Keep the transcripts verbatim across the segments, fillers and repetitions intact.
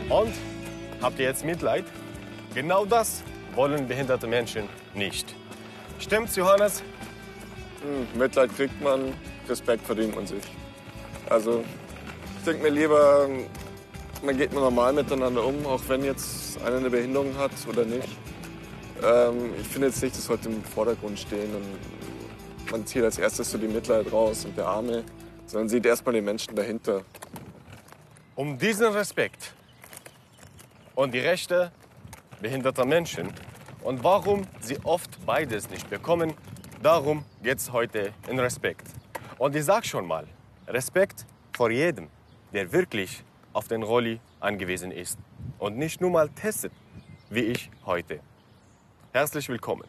Und? Habt ihr jetzt Mitleid? Genau das wollen behinderte Menschen nicht. Stimmt's, Johannes? Hm, Mitleid kriegt man, Respekt verdient man sich. Also, ich denke mir lieber, man geht normal miteinander um, auch wenn jetzt einer eine Behinderung hat oder nicht. Ähm, ich finde jetzt nicht, dass heute im Vordergrund stehen und man zieht als erstes so die Mitleid raus und der Arme, sondern sieht erstmal den Menschen dahinter. Um diesen Respekt und die Rechte behinderter Menschen und warum sie oft beides nicht bekommen, darum geht's heute in Respekt. Und ich sag schon mal, Respekt vor jedem, der wirklich auf den Rolli angewiesen ist und nicht nur mal testet, wie ich heute. Herzlich willkommen.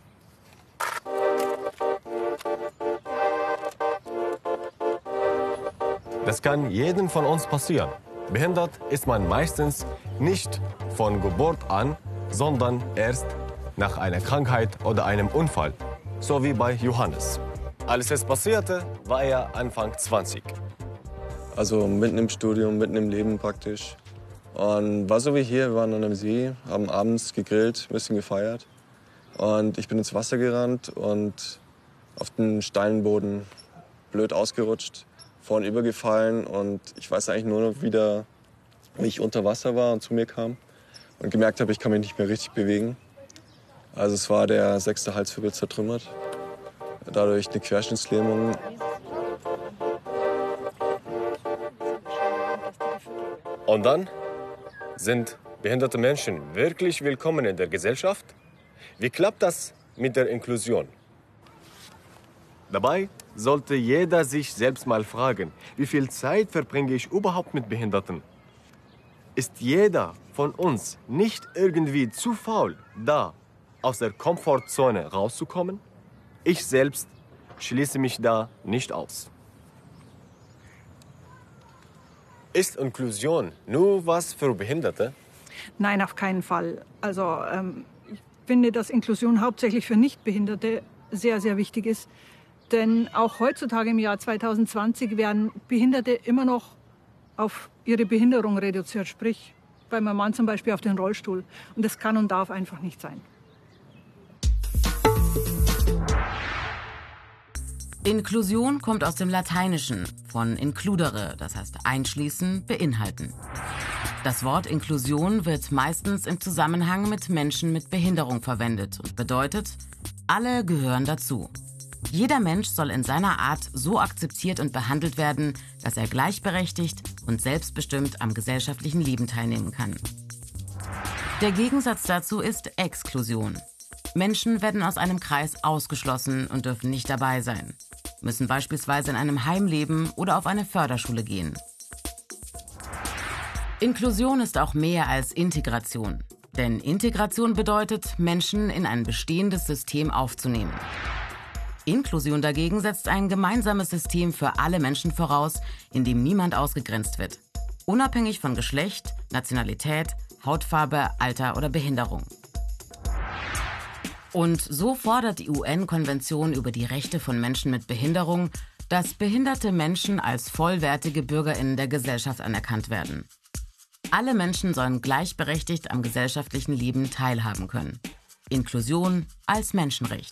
Das kann jedem von uns passieren. Behindert ist man meistens nicht von Geburt an, sondern erst nach einer Krankheit oder einem Unfall. So wie bei Johannes. Als es passierte, war er Anfang zwanzig. Also mitten im Studium, mitten im Leben praktisch. Und war so wie hier, wir waren an einem See, haben abends gegrillt, ein bisschen gefeiert. Und ich bin ins Wasser gerannt und auf den Steinboden blöd ausgerutscht, vorn übergefallen. Und ich weiß eigentlich nur noch wieder, wie ich unter Wasser war und zu mir kam. Und gemerkt habe, ich kann mich nicht mehr richtig bewegen. Also es war der sechste Halswirbel zertrümmert. Dadurch eine Querschnittslähmung. Und dann sind behinderte Menschen wirklich willkommen in der Gesellschaft? Wie klappt das mit der Inklusion? Dabei sollte jeder sich selbst mal fragen, wie viel Zeit verbringe ich überhaupt mit Behinderten? Ist jeder von uns nicht irgendwie zu faul, da aus der Komfortzone rauszukommen? Ich selbst schließe mich da nicht aus. Ist Inklusion nur was für Behinderte? Nein, auf keinen Fall. Also ähm, ich finde, dass Inklusion hauptsächlich für Nichtbehinderte sehr, sehr wichtig ist. Denn auch heutzutage im Jahr zweitausendzwanzig werden Behinderte immer noch auf ihre Behinderung reduziert. Sprich, bei meinem Mann zum Beispiel auf den Rollstuhl. Und das kann und darf einfach nicht sein. Inklusion kommt aus dem Lateinischen, von includere, das heißt einschließen, beinhalten. Das Wort Inklusion wird meistens im Zusammenhang mit Menschen mit Behinderung verwendet und bedeutet, alle gehören dazu. Jeder Mensch soll in seiner Art so akzeptiert und behandelt werden, dass er gleichberechtigt und selbstbestimmt am gesellschaftlichen Leben teilnehmen kann. Der Gegensatz dazu ist Exklusion. Menschen werden aus einem Kreis ausgeschlossen und dürfen nicht dabei sein, müssen beispielsweise in einem Heim leben oder auf eine Förderschule gehen. Inklusion ist auch mehr als Integration. Denn Integration bedeutet, Menschen in ein bestehendes System aufzunehmen. Inklusion dagegen setzt ein gemeinsames System für alle Menschen voraus, in dem niemand ausgegrenzt wird. Unabhängig von Geschlecht, Nationalität, Hautfarbe, Alter oder Behinderung. Und so fordert die U N-Konvention über die Rechte von Menschen mit Behinderung, dass behinderte Menschen als vollwertige BürgerInnen der Gesellschaft anerkannt werden. Alle Menschen sollen gleichberechtigt am gesellschaftlichen Leben teilhaben können. Inklusion als Menschenrecht.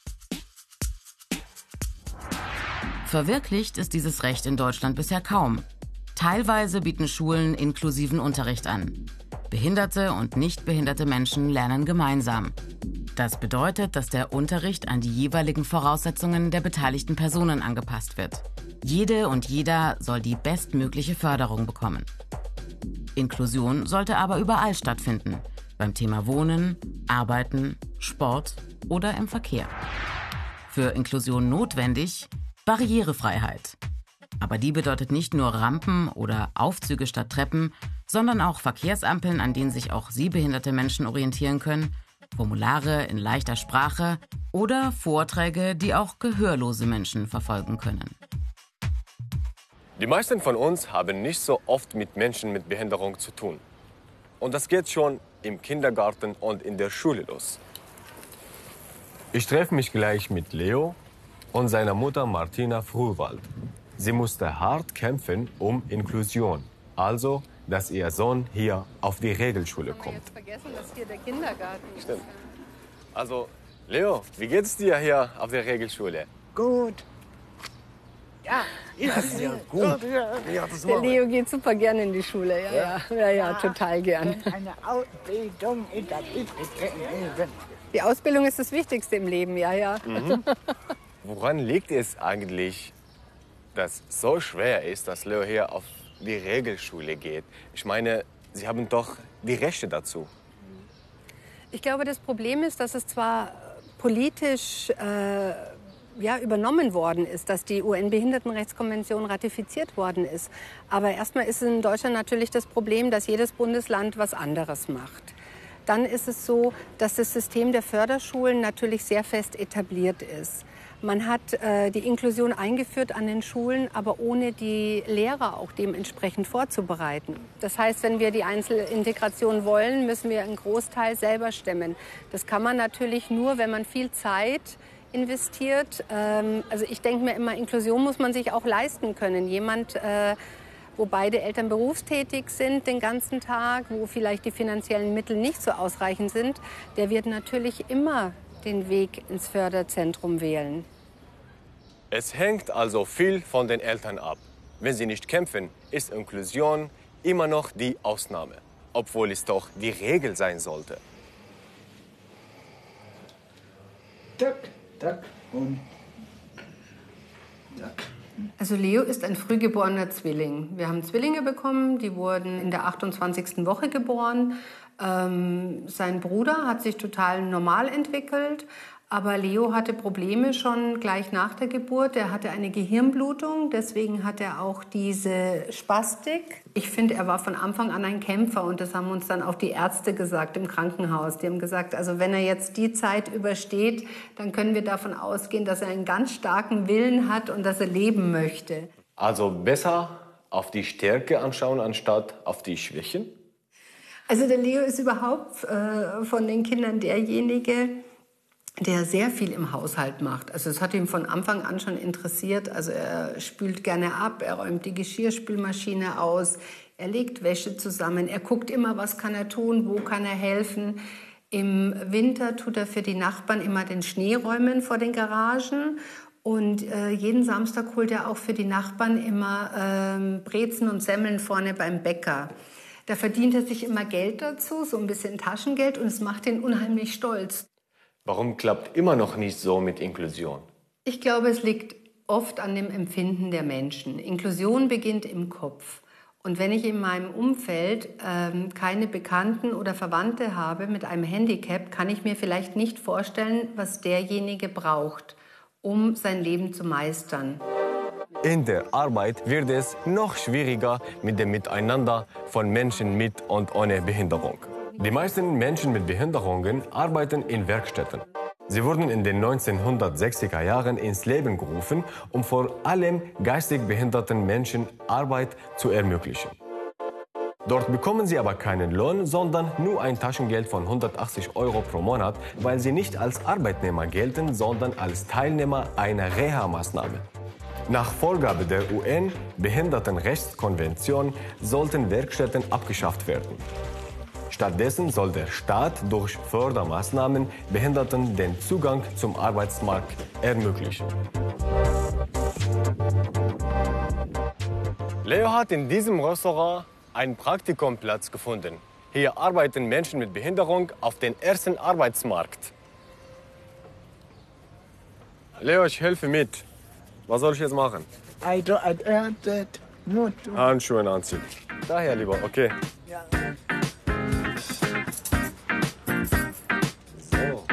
Verwirklicht ist dieses Recht in Deutschland bisher kaum. Teilweise bieten Schulen inklusiven Unterricht an. Behinderte und nicht behinderte Menschen lernen gemeinsam. Das bedeutet, dass der Unterricht an die jeweiligen Voraussetzungen der beteiligten Personen angepasst wird. Jede und jeder soll die bestmögliche Förderung bekommen. Inklusion sollte aber überall stattfinden. Beim Thema Wohnen, Arbeiten, Sport oder im Verkehr. Für Inklusion notwendig Barrierefreiheit. Aber die bedeutet nicht nur Rampen oder Aufzüge statt Treppen, sondern auch Verkehrsampeln, an denen sich auch sehbehinderte Menschen orientieren können, Formulare in leichter Sprache oder Vorträge, die auch gehörlose Menschen verfolgen können. Die meisten von uns haben nicht so oft mit Menschen mit Behinderung zu tun. Und das geht schon im Kindergarten und in der Schule los. Ich treffe mich gleich mit Leo und seiner Mutter Martina Fruwald. Sie musste hart kämpfen um Inklusion, also dass Ihr Sohn hier auf die Regelschule kommt. Jetzt vergessen, dass hier der Kindergarten ist. Stimmt. Also, Leo, wie geht's dir hier auf der Regelschule? Gut. Ja, Ja, sehr gut. Ja, das der Leo geht super gerne in die Schule. Ja, ja, ja, ja, total gern. Eine Ausbildung in das wichtigste Leben. Die Ausbildung ist das Wichtigste im Leben, ja, ja. Mhm. Woran liegt es eigentlich, dass es so schwer ist, dass Leo hier auf die Regelschule geht? Ich meine, Sie haben doch die Rechte dazu. Ich glaube, das Problem ist, dass es zwar politisch äh, ja, übernommen worden ist, dass die U N-Behindertenrechtskonvention ratifiziert worden ist. Aber erstmal ist in Deutschland natürlich das Problem, dass jedes Bundesland was anderes macht. Dann ist es so, dass das System der Förderschulen natürlich sehr fest etabliert ist. Man hat äh, die Inklusion eingeführt an den Schulen, aber ohne die Lehrer auch dementsprechend vorzubereiten. Das heißt, wenn wir die Einzelintegration wollen, müssen wir einen Großteil selber stemmen. Das kann man natürlich nur, wenn man viel Zeit investiert. Ähm, also ich denke mir immer, Inklusion muss man sich auch leisten können. Jemand, äh, wo beide Eltern berufstätig sind den ganzen Tag, wo vielleicht die finanziellen Mittel nicht so ausreichend sind, der wird natürlich immer den Weg ins Förderzentrum wählen. Es hängt also viel von den Eltern ab. Wenn sie nicht kämpfen, ist Inklusion immer noch die Ausnahme, obwohl es doch die Regel sein sollte. Tack, tack und tack. Also Leo ist ein frühgeborener Zwilling. Wir haben Zwillinge bekommen, die wurden in der achtundzwanzigsten Woche geboren. Ähm, sein Bruder hat sich total normal entwickelt, aber Leo hatte Probleme schon gleich nach der Geburt. Er hatte eine Gehirnblutung, deswegen hat er auch diese Spastik. Ich finde, er war von Anfang an ein Kämpfer und das haben uns dann auch die Ärzte gesagt im Krankenhaus. Die haben gesagt, also wenn er jetzt die Zeit übersteht, dann können wir davon ausgehen, dass er einen ganz starken Willen hat und dass er leben möchte. Also besser auf die Stärke anschauen, anstatt auf die Schwächen? Also der Leo ist überhaupt äh, von den Kindern derjenige, der sehr viel im Haushalt macht. Also es hat ihn von Anfang an schon interessiert. Also er spült gerne ab, er räumt die Geschirrspülmaschine aus, er legt Wäsche zusammen, er guckt immer, was kann er tun, wo kann er helfen. Im Winter tut er für die Nachbarn immer den Schnee räumen vor den Garagen. Und äh, jeden Samstag holt er auch für die Nachbarn immer ähm, Brezen und Semmeln vorne beim Bäcker. Da verdient er sich immer Geld dazu, so ein bisschen Taschengeld, und es macht ihn unheimlich stolz. Warum klappt immer noch nicht so mit Inklusion? Ich glaube, es liegt oft an dem Empfinden der Menschen. Inklusion beginnt im Kopf. Und wenn ich in meinem Umfeld ähm, keine Bekannten oder Verwandte habe mit einem Handicap, kann ich mir vielleicht nicht vorstellen, was derjenige braucht, um sein Leben zu meistern. In der Arbeit wird es noch schwieriger mit dem Miteinander von Menschen mit und ohne Behinderung. Die meisten Menschen mit Behinderungen arbeiten in Werkstätten. Sie wurden in den neunzehnhundertsechziger Jahren ins Leben gerufen, um vor allem geistig behinderten Menschen Arbeit zu ermöglichen. Dort bekommen sie aber keinen Lohn, sondern nur ein Taschengeld von hundertachtzig Euro pro Monat, weil sie nicht als Arbeitnehmer gelten, sondern als Teilnehmer einer Reha-Maßnahme. Nach Vorgabe der U N-Behindertenrechtskonvention sollten Werkstätten abgeschafft werden. Stattdessen soll der Staat durch Fördermaßnahmen Behinderten den Zugang zum Arbeitsmarkt ermöglichen. Leo hat in diesem Restaurant einen Praktikumplatz gefunden. Hier arbeiten Menschen mit Behinderung auf dem ersten Arbeitsmarkt. Leo, ich helfe mit. Was soll ich jetzt machen? Also als erstes musst du... Handschuhe anziehen. Daher lieber, okay. Ja. So.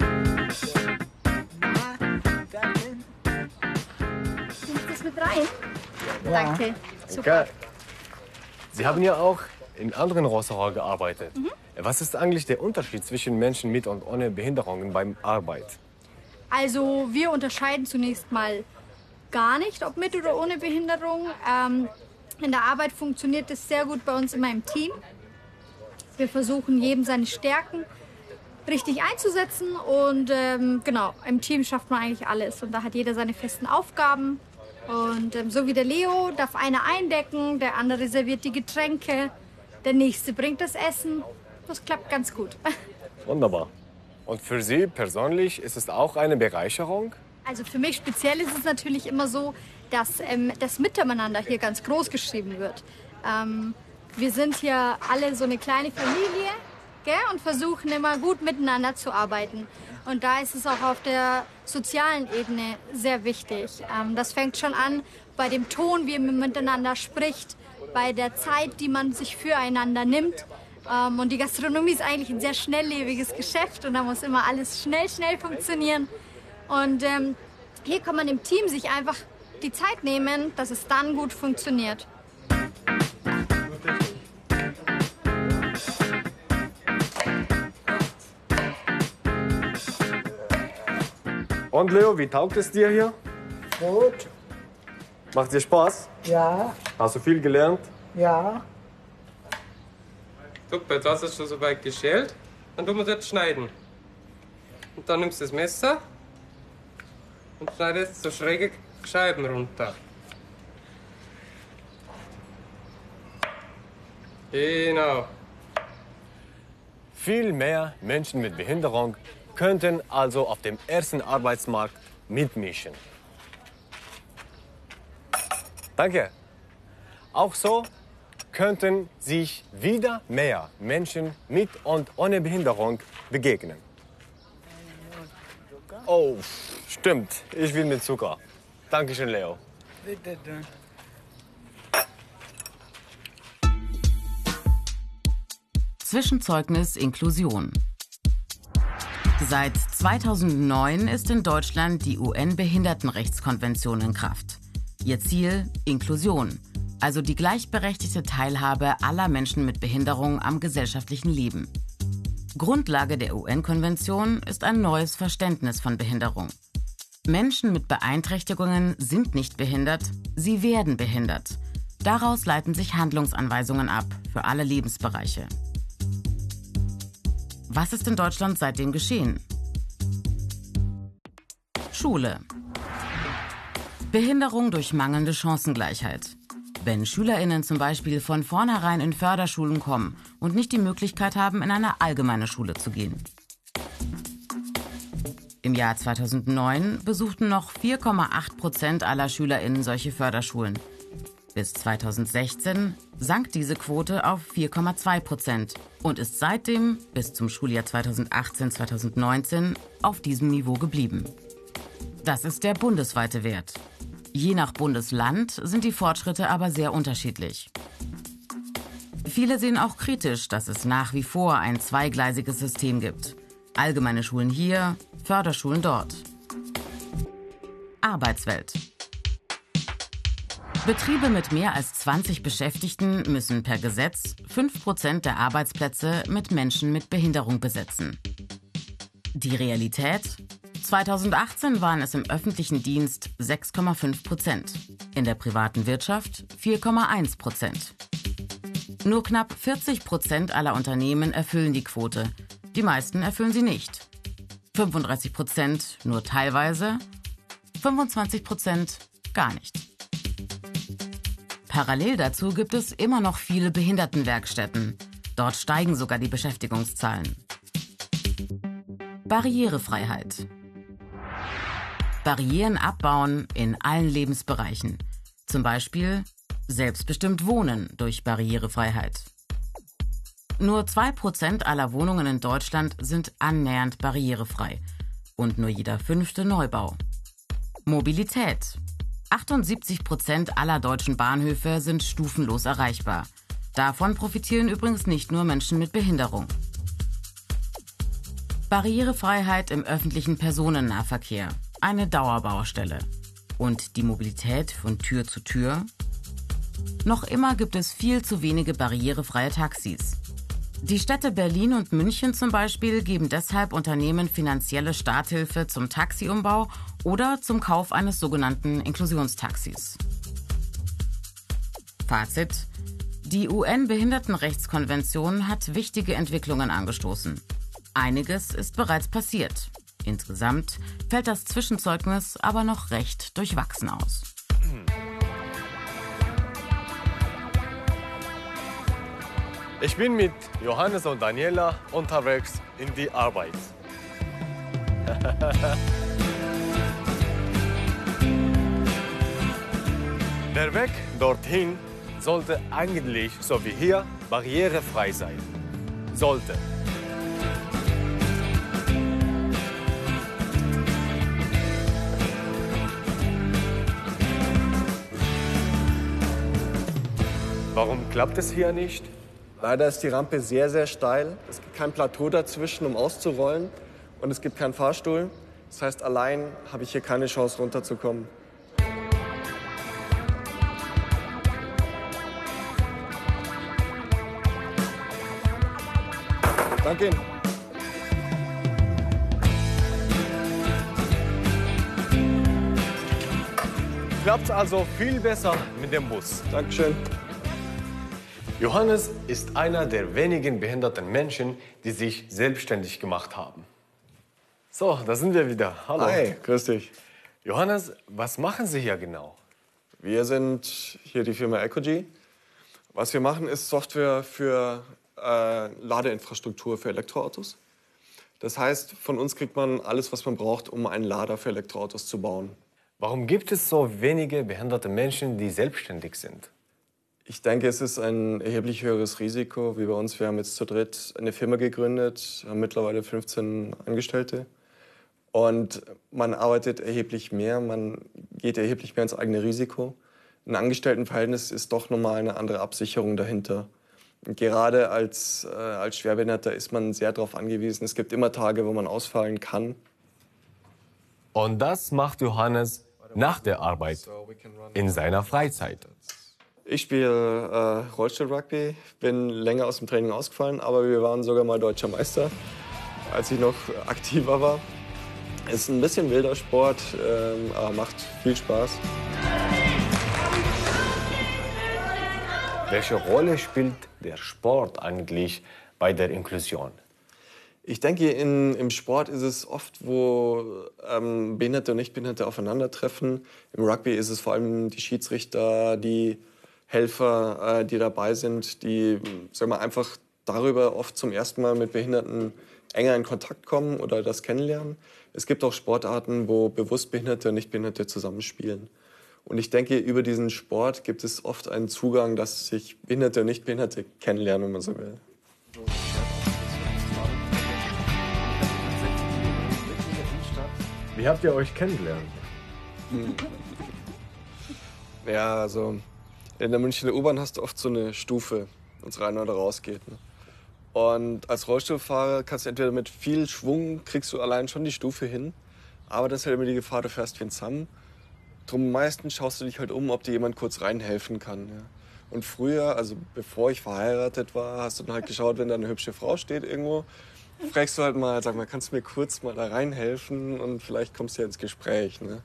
Nimmst das mit rein? Danke. Okay. Sie haben ja auch in anderen Restaurants gearbeitet. Mhm. Was ist eigentlich der Unterschied zwischen Menschen mit und ohne Behinderungen beim Arbeit? Also wir unterscheiden zunächst mal gar nicht, ob mit oder ohne Behinderung. Ähm, in der Arbeit funktioniert es sehr gut bei uns immer im Team. Wir versuchen, jedem seine Stärken richtig einzusetzen. Und ähm, genau, im Team schafft man eigentlich alles. Und da hat jeder seine festen Aufgaben. Und ähm, so wie der Leo darf einer eindecken, der andere serviert die Getränke. der Nächste bringt das Essen. Das klappt ganz gut. Wunderbar. Und für Sie persönlich ist es auch eine Bereicherung? Also für mich speziell ist es natürlich immer so, dass ähm, das Miteinander hier ganz groß geschrieben wird. Ähm, wir sind hier alle so eine kleine Familie, gell, und versuchen immer gut miteinander zu arbeiten. Und da ist es auch auf der sozialen Ebene sehr wichtig. Ähm, das fängt schon an bei dem Ton, wie man miteinander spricht, bei der Zeit, die man sich füreinander nimmt. Ähm, und die Gastronomie ist eigentlich ein sehr schnelllebiges Geschäft und da muss immer alles schnell, schnell funktionieren. Und ähm, hier kann man im Team sich einfach die Zeit nehmen, dass es dann gut funktioniert. Und Leo, wie taugt es dir hier? Gut. Macht dir Spaß? Ja. Hast du viel gelernt? Ja. Super, jetzt hast du schon so weit geschält. Dann tun wir es jetzt schneiden. Und dann nimmst du das Messer und schneidest so schräge Scheiben runter. Genau. Viel mehr Menschen mit Behinderung könnten also auf dem ersten Arbeitsmarkt mitmischen. Danke. Auch so könnten sich wieder mehr Menschen mit und ohne Behinderung begegnen. Oh, stimmt. Ich will mit Zucker. Dankeschön, Leo. Bitte, dann. Zwischenzeugnis Inklusion. Seit zweitausendneun ist in Deutschland die U N-Behindertenrechtskonvention in Kraft. Ihr Ziel: Inklusion, also die gleichberechtigte Teilhabe aller Menschen mit Behinderung am gesellschaftlichen Leben. Grundlage der U N-Konvention ist ein neues Verständnis von Behinderung. Menschen mit Beeinträchtigungen sind nicht behindert, sie werden behindert. Daraus leiten sich Handlungsanweisungen ab für alle Lebensbereiche. Was ist in Deutschland seitdem geschehen? Schule. Behinderung durch mangelnde Chancengleichheit. Wenn SchülerInnen zum Beispiel von vornherein in Förderschulen kommen und nicht die Möglichkeit haben, in eine allgemeine Schule zu gehen. Im Jahr zweitausendneun besuchten noch vier Komma acht Prozent aller SchülerInnen solche Förderschulen. Bis zweitausendsechzehn sank diese Quote auf vier Komma zwei Prozent und ist seitdem bis zum Schuljahr zweitausendachtzehn zweitausendneunzehn auf diesem Niveau geblieben. Das ist der bundesweite Wert. Je nach Bundesland sind die Fortschritte aber sehr unterschiedlich. Viele sehen auch kritisch, dass es nach wie vor ein zweigleisiges System gibt. Allgemeine Schulen hier, Förderschulen dort. Arbeitswelt. Betriebe mit mehr als zwanzig Beschäftigten müssen per Gesetz fünf Prozent der Arbeitsplätze mit Menschen mit Behinderung besetzen. Die Realität? zweitausendachtzehn waren es im öffentlichen Dienst sechs Komma fünf Prozent, in der privaten Wirtschaft vier Komma eins Prozent. Nur knapp vierzig Prozent aller Unternehmen erfüllen die Quote, die meisten erfüllen sie nicht. fünfunddreißig Prozent nur teilweise, fünfundzwanzig Prozent gar nicht. Parallel dazu gibt es immer noch viele Behindertenwerkstätten. Dort steigen sogar die Beschäftigungszahlen. Barrierefreiheit. Barrieren abbauen in allen Lebensbereichen. Zum Beispiel selbstbestimmt wohnen durch Barrierefreiheit. Nur zwei Prozent aller Wohnungen in Deutschland sind annähernd barrierefrei und nur jeder fünfte Neubau. Mobilität. achtundsiebzig Prozent aller deutschen Bahnhöfe sind stufenlos erreichbar. Davon profitieren übrigens nicht nur Menschen mit Behinderung. Barrierefreiheit im öffentlichen Personennahverkehr. Eine Dauerbaustelle. Und die Mobilität von Tür zu Tür? Noch immer gibt es viel zu wenige barrierefreie Taxis. Die Städte Berlin und München zum Beispiel geben deshalb Unternehmen finanzielle Starthilfe zum Taxiumbau oder zum Kauf eines sogenannten Inklusionstaxis. Fazit: Die U N-Behindertenrechtskonvention hat wichtige Entwicklungen angestoßen. Einiges ist bereits passiert. Insgesamt fällt das Zwischenzeugnis aber noch recht durchwachsen aus. Ich bin mit Johannes und Daniela unterwegs in die Arbeit. Der Weg dorthin sollte eigentlich, so wie hier, barrierefrei sein. Sollte. Warum klappt es hier nicht? Leider ist die Rampe sehr, sehr steil. Es gibt kein Plateau dazwischen, um auszurollen. Und es gibt keinen Fahrstuhl. Das heißt, allein habe ich hier keine Chance, runterzukommen. Danke Ihnen. Klappt also viel besser mit dem Bus. Dankeschön. Johannes ist einer der wenigen behinderten Menschen, die sich selbstständig gemacht haben. So, da sind wir wieder. Hallo. Hi, grüß dich. Johannes, was machen Sie hier genau? Wir sind hier die Firma Ecogee. Was wir machen, ist Software für äh, Ladeinfrastruktur für Elektroautos. Das heißt, von uns kriegt man alles, was man braucht, um einen Lader für Elektroautos zu bauen. Warum gibt es so wenige behinderte Menschen, die selbstständig sind? Ich denke, es ist ein erheblich höheres Risiko wie bei uns. Wir haben jetzt zu dritt eine Firma gegründet, haben mittlerweile fünfzehn Angestellte. Und man arbeitet erheblich mehr, man geht erheblich mehr ins eigene Risiko. Ein Angestelltenverhältnis ist doch nochmal eine andere Absicherung dahinter. Und gerade als, äh, als Schwerbehinderter ist man sehr darauf angewiesen. Es gibt immer Tage, wo man ausfallen kann. Und das macht Johannes nach der Arbeit, in seiner Freizeit. Ich spiele äh, Rollstuhl-Rugby, bin länger aus dem Training ausgefallen, aber wir waren sogar mal Deutscher Meister, als ich noch aktiver war. Es ist ein bisschen wilder Sport, ähm, aber macht viel Spaß. Welche Rolle spielt der Sport eigentlich bei der Inklusion? Ich denke, in, im Sport ist es oft, wo ähm, Behinderte und Nichtbehinderte aufeinandertreffen. Im Rugby ist es vor allem die Schiedsrichter, die Helfer, äh, die dabei sind, die sagen wir, einfach darüber oft zum ersten Mal mit Behinderten enger in Kontakt kommen oder das kennenlernen. Es gibt auch Sportarten, wo bewusst Behinderte und Nichtbehinderte zusammenspielen. Und ich denke, über diesen Sport gibt es oft einen Zugang, dass sich Behinderte und Nichtbehinderte kennenlernen, wenn man so will. Wie habt ihr euch kennengelernt? Ja, also in der Münchner U-Bahn hast du oft so eine Stufe, wenn es rein oder raus geht. Ne? Und als Rollstuhlfahrer kannst du entweder mit viel Schwung, kriegst du allein schon die Stufe hin, aber das ist halt immer die Gefahr, du fährst wie ein Zamm. Drum meistens schaust du dich halt um, ob dir jemand kurz reinhelfen kann. Ja? Und früher, also bevor ich verheiratet war, hast du dann halt geschaut, wenn da eine hübsche Frau steht irgendwo, fragst du halt mal, sag mal, kannst du mir kurz mal da reinhelfen und vielleicht kommst du ja ins Gespräch. Ne?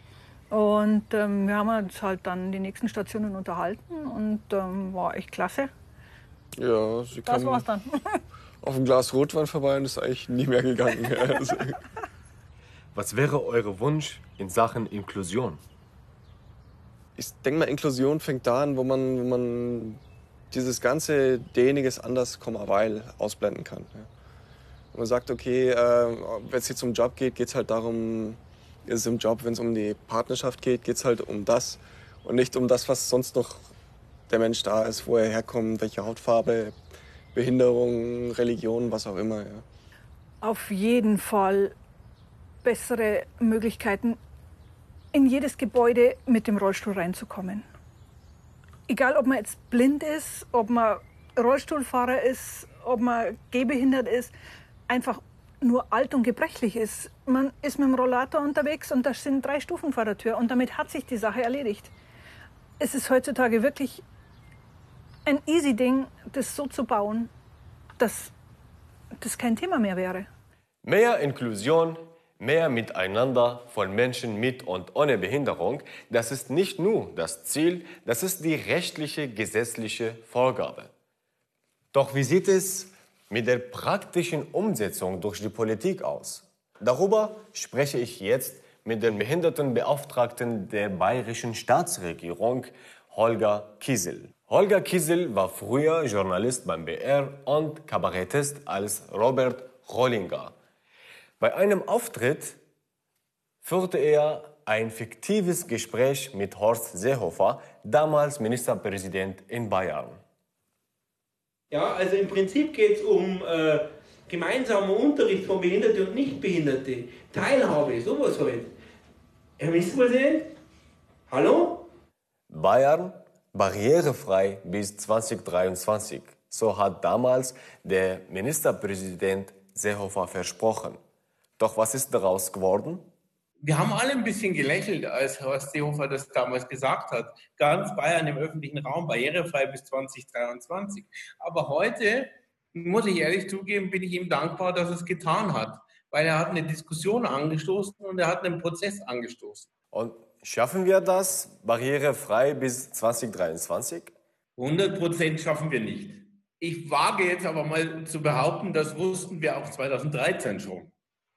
Und ähm, wir haben uns halt dann die nächsten Stationen unterhalten und ähm, war echt klasse. Ja, sie Das kam war's dann. auf ein Glas Rotwein vorbei und ist eigentlich nie mehr gegangen. Also. Was wäre euer Wunsch in Sachen Inklusion? Ich denke mal, Inklusion fängt da an, wo man, wo man dieses ganze derjeniges anders, weil ausblenden kann. Ja. Und man sagt, okay, äh, wenn es jetzt um Job geht, geht es halt darum, ist es im Job, wenn es um die Partnerschaft geht, geht es halt um das und nicht um das, was sonst noch der Mensch da ist, wo er herkommt, welche Hautfarbe, Behinderung, Religion, was auch immer. Ja. Auf jeden Fall bessere Möglichkeiten, in jedes Gebäude mit dem Rollstuhl reinzukommen. Egal, ob man jetzt blind ist, ob man Rollstuhlfahrer ist, ob man gehbehindert ist, einfach nur alt und gebrechlich ist. Man ist mit dem Rollator unterwegs und da sind drei Stufen vor der Tür und damit hat sich die Sache erledigt. Es ist heutzutage wirklich ein easy Ding, das so zu bauen, dass das kein Thema mehr wäre. Mehr Inklusion, mehr Miteinander von Menschen mit und ohne Behinderung, das ist nicht nur das Ziel, das ist die rechtliche, gesetzliche Vorgabe. Doch wie sieht es mit der praktischen Umsetzung durch die Politik aus? Darüber spreche ich jetzt mit dem Behindertenbeauftragten der bayerischen Staatsregierung, Holger Kiesel. Holger Kiesel war früher Journalist beim B R und Kabarettist als Robert Rollinger. Bei einem Auftritt führte er ein fiktives Gespräch mit Horst Seehofer, damals Ministerpräsident in Bayern. Ja, also im Prinzip geht es um äh, gemeinsamen Unterricht von Behinderte und Nichtbehinderte, Teilhabe, sowas halt. Herr Ministerpräsident? Hallo? Bayern barrierefrei bis zweitausenddreiundzwanzig. So hat damals der Ministerpräsident Seehofer versprochen. Doch was ist daraus geworden? Wir haben alle ein bisschen gelächelt, als Horst Seehofer das damals gesagt hat. Ganz Bayern im öffentlichen Raum barrierefrei bis zweitausenddreiundzwanzig. Aber heute, muss ich ehrlich zugeben, bin ich ihm dankbar, dass er es getan hat. Weil er hat eine Diskussion angestoßen und er hat einen Prozess angestoßen. Und schaffen wir das barrierefrei bis zweitausenddreiundzwanzig? hundert Prozent schaffen wir nicht. Ich wage jetzt aber mal zu behaupten, das wussten wir auch zweitausenddreizehn schon.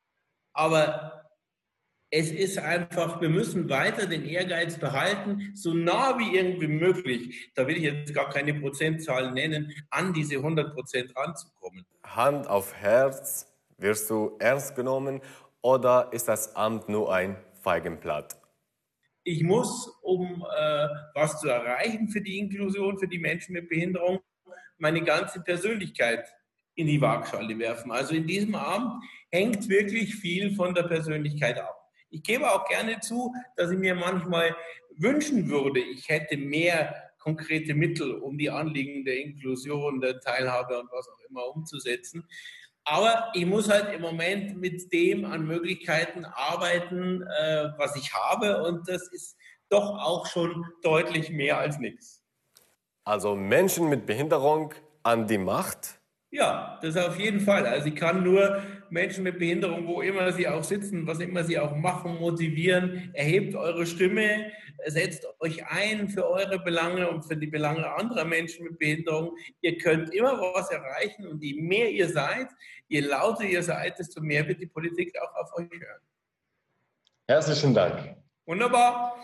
Aber es ist einfach, wir müssen weiter den Ehrgeiz behalten, so nah wie irgendwie möglich, da will ich jetzt gar keine Prozentzahl nennen, an diese hundert Prozent ranzukommen. Hand auf Herz, wirst du ernst genommen oder ist das Amt nur ein Feigenblatt? Ich muss, um äh, was zu erreichen für die Inklusion, für die Menschen mit Behinderung, meine ganze Persönlichkeit in die Waagschale werfen. Also in diesem Amt hängt wirklich viel von der Persönlichkeit ab. Ich gebe auch gerne zu, dass ich mir manchmal wünschen würde, ich hätte mehr konkrete Mittel, um die Anliegen der Inklusion, der Teilhabe und was auch immer umzusetzen. Aber ich muss halt im Moment mit dem an Möglichkeiten arbeiten, äh, was ich habe. Und das ist doch auch schon deutlich mehr als nichts. Also Menschen mit Behinderung an die Macht? Ja, das auf jeden Fall. Also ich kann nur Menschen mit Behinderung, wo immer sie auch sitzen, was immer sie auch machen, motivieren. Erhebt eure Stimme, setzt euch ein für eure Belange und für die Belange anderer Menschen mit Behinderung. Ihr könnt immer was erreichen und je mehr ihr seid, je lauter ihr seid, desto mehr wird die Politik auch auf euch hören. Herzlichen Dank. Wunderbar.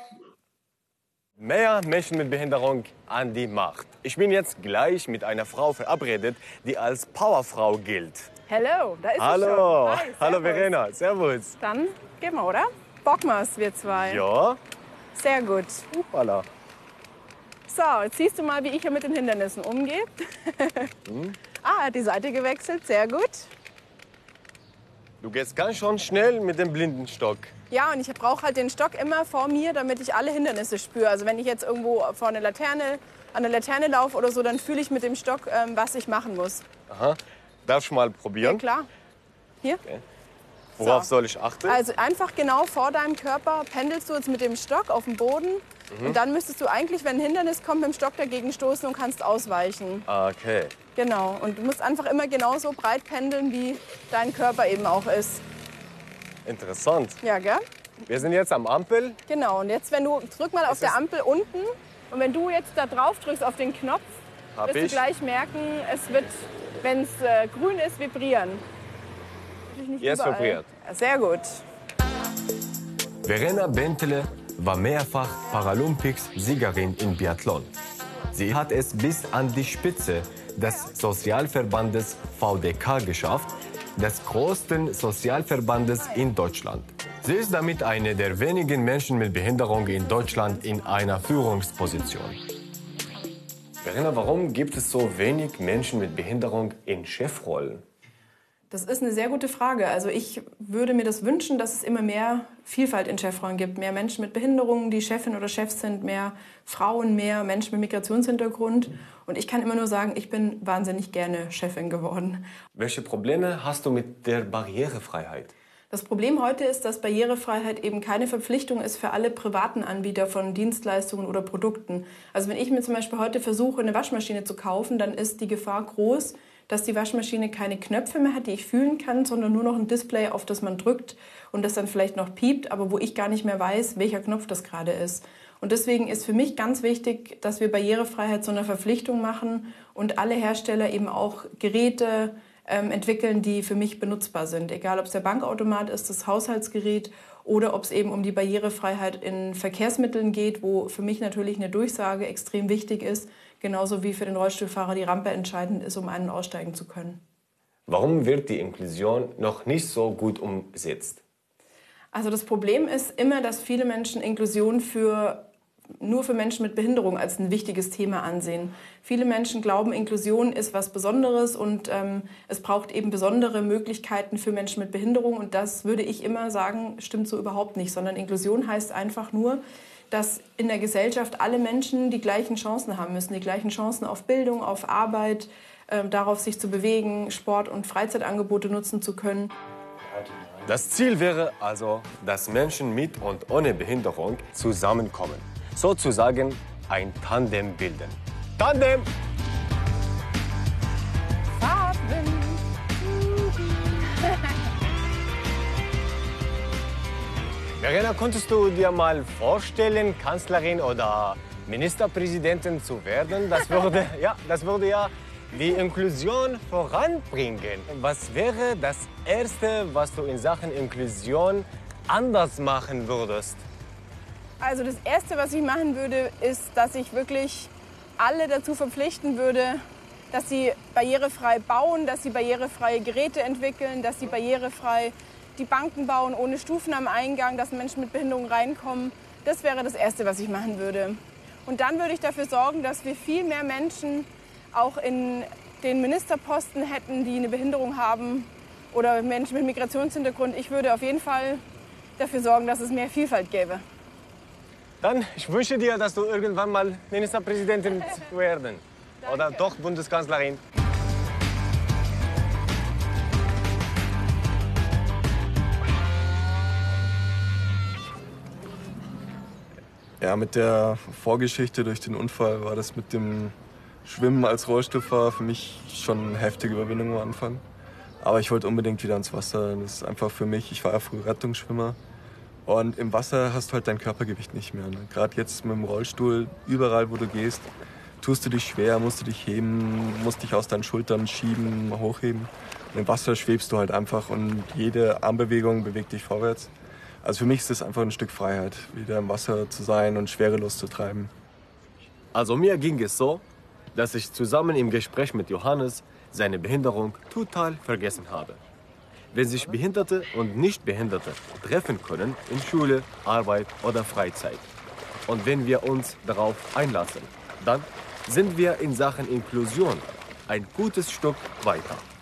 Mehr Menschen mit Behinderung an die Macht. Ich bin jetzt gleich mit einer Frau verabredet, die als Powerfrau gilt. Hallo, da ist Hallo. sie schon. Hi, Hallo Verena, servus. Dann gehen wir, oder? Bocken wir's, wir zwei. Ja. Sehr gut. Hoppala. So, jetzt siehst du mal, wie ich hier mit den Hindernissen umgehe. Hm. Ah, hat die Seite gewechselt, sehr gut. Du gehst ganz schön schnell mit dem Blindenstock. Ja, und ich brauche halt den Stock immer vor mir, damit ich alle Hindernisse spüre. Also wenn ich jetzt irgendwo vor eine Laterne, an der Laterne laufe oder so, dann fühle ich mit dem Stock, ähm, was ich machen muss. Aha. Darf ich mal probieren? Ja, klar. Hier. Okay. Worauf So. soll ich achten? Also einfach genau vor deinem Körper pendelst du jetzt mit dem Stock auf den Boden. Mhm. Und dann müsstest du eigentlich, wenn ein Hindernis kommt, mit dem Stock dagegen stoßen und kannst ausweichen. Okay. Genau. Und du musst einfach immer genauso breit pendeln, wie dein Körper eben auch ist. Interessant. Ja, gell? Wir sind jetzt am Ampel. Genau. Und jetzt, wenn du, drück mal auf der Ampel unten. Und wenn du jetzt da drauf drückst auf den Knopf, Hab wirst ich. du gleich merken, es wird, wenn es äh, grün ist, vibrieren. Natürlich nicht Jetzt überall. vibriert. Ja, sehr gut. Verena Bentele war mehrfach Paralympics-Siegerin im Biathlon. Sie hat es bis an die Spitze des Sozialverbandes V D K geschafft, des größten Sozialverbandes in Deutschland. Sie ist damit eine der wenigen Menschen mit Behinderung in Deutschland in einer Führungsposition. Verena, warum gibt es so wenig Menschen mit Behinderung in Chefrollen? Das ist eine sehr gute Frage. Also ich würde mir das wünschen, dass es immer mehr Vielfalt in Chefrollen gibt. Mehr Menschen mit Behinderungen, die Chefin oder Chef sind, mehr Frauen, mehr Menschen mit Migrationshintergrund. Und ich kann immer nur sagen, ich bin wahnsinnig gerne Chefin geworden. Welche Probleme hast du mit der Barrierefreiheit? Das Problem heute ist, dass Barrierefreiheit eben keine Verpflichtung ist für alle privaten Anbieter von Dienstleistungen oder Produkten. Also wenn ich mir zum Beispiel heute versuche, eine Waschmaschine zu kaufen, dann ist die Gefahr groß, dass die Waschmaschine keine Knöpfe mehr hat, die ich fühlen kann, sondern nur noch ein Display, auf das man drückt und das dann vielleicht noch piept, aber wo ich gar nicht mehr weiß, welcher Knopf das gerade ist. Und deswegen ist für mich ganz wichtig, dass wir Barrierefreiheit zu einer Verpflichtung machen und alle Hersteller eben auch Geräte ähm, entwickeln, die für mich benutzbar sind. Egal, ob es der Bankautomat ist, das Haushaltsgerät oder ob es eben um die Barrierefreiheit in Verkehrsmitteln geht, wo für mich natürlich eine Durchsage extrem wichtig ist. genauso wie für den Rollstuhlfahrer die Rampe entscheidend ist, um einen aussteigen zu können. Warum wird die Inklusion noch nicht so gut umgesetzt? Also das Problem ist immer, dass viele Menschen Inklusion für, nur für Menschen mit Behinderung als ein wichtiges Thema ansehen. Viele Menschen glauben, Inklusion ist was Besonderes und ähm, es braucht eben besondere Möglichkeiten für Menschen mit Behinderung. Und das würde ich immer sagen, stimmt so überhaupt nicht, sondern Inklusion heißt einfach nur, dass in der Gesellschaft alle Menschen die gleichen Chancen haben müssen, die gleichen Chancen auf Bildung, auf Arbeit, äh, darauf sich zu bewegen, Sport- und Freizeitangebote nutzen zu können. Das Ziel wäre also, dass Menschen mit und ohne Behinderung zusammenkommen. Sozusagen ein Tandem bilden. Tandem! Farben. Verena, konntest du dir mal vorstellen, Kanzlerin oder Ministerpräsidentin zu werden? Das würde, ja, das würde ja die Inklusion voranbringen. Was wäre das Erste, was du in Sachen Inklusion anders machen würdest? Also das Erste, was ich machen würde, ist, dass ich wirklich alle dazu verpflichten würde, dass sie barrierefrei bauen, dass sie barrierefreie Geräte entwickeln, dass sie barrierefrei die Banken bauen, ohne Stufen am Eingang, dass Menschen mit Behinderung reinkommen. Das wäre das Erste, was ich machen würde. Und dann würde ich dafür sorgen, dass wir viel mehr Menschen auch in den Ministerposten hätten, die eine Behinderung haben oder Menschen mit Migrationshintergrund. Ich würde auf jeden Fall dafür sorgen, dass es mehr Vielfalt gäbe. Dann, ich wünsche dir, dass du irgendwann mal Ministerpräsidentin werden. Oder doch Bundeskanzlerin. Ja, mit der Vorgeschichte durch den Unfall war das mit dem Schwimmen als Rollstuhlfahrer für mich schon eine heftige Überwindung am Anfang. Aber ich wollte unbedingt wieder ins Wasser. Das ist einfach für mich, ich war ja früher Rettungsschwimmer. Und im Wasser hast du halt dein Körpergewicht nicht mehr. Ne? Gerade jetzt mit dem Rollstuhl, überall wo du gehst, tust du dich schwer, musst du dich heben, musst dich aus deinen Schultern schieben, hochheben. Und im Wasser schwebst du halt einfach und jede Armbewegung bewegt dich vorwärts. Also für mich ist es einfach ein Stück Freiheit, wieder im Wasser zu sein und schwerelos zu treiben. Also mir ging es so, dass ich zusammen im Gespräch mit Johannes seine Behinderung total vergessen habe. Wenn sich Behinderte und Nichtbehinderte treffen können in Schule, Arbeit oder Freizeit. Und wenn wir uns darauf einlassen, dann sind wir in Sachen Inklusion ein gutes Stück weiter.